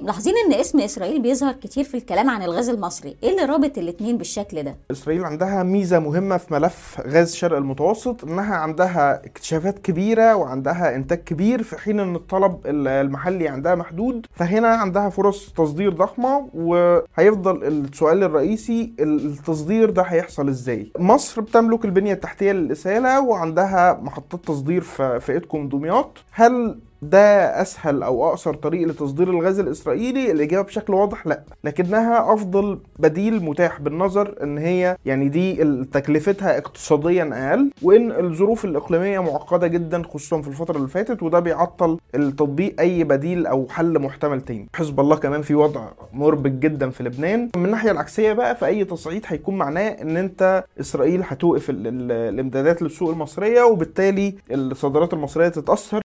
ملاحظين ان اسم اسرائيل بيظهر كتير في الكلام عن الغاز المصري، ايه اللي رابط الاتنين بالشكل ده؟ إسرائيل عندها ميزة مهمة في ملف غاز الشرق المتوسط، إنها عندها اكتشافات كبيرة وعندها إنتاج كبير، في حين إن الطلب المحلي عندها محدود. فهنا عندها فرص تصدير ضخمة، وهيفضل السؤال الرئيسي التصدير ده هيحصل إزاي؟ مصر بتملك البنية التحتية للإسالة وعندها محطات تصدير في إيدكم دمياط. هل ده اسهل او اقصر طريق لتصدير الغاز الاسرائيلي؟ الاجابه بشكل واضح لا، لكنها افضل بديل متاح بالنظر ان هي يعني دي تكلفتها اقتصاديا اقل، وان الظروف الاقليميه معقده جدا خصوصا في الفتره اللي فاتت، وده بيعطل التطبيق اي بديل او حل محتمل تاني. حزب الله كمان في وضع مربك جدا في لبنان. من الناحيه العكسيه بقى، في اي تصعيد هيكون معناه ان انت اسرائيل هتوقف الامدادات للسوق المصريه، وبالتالي الصادرات المصريه تتاثر.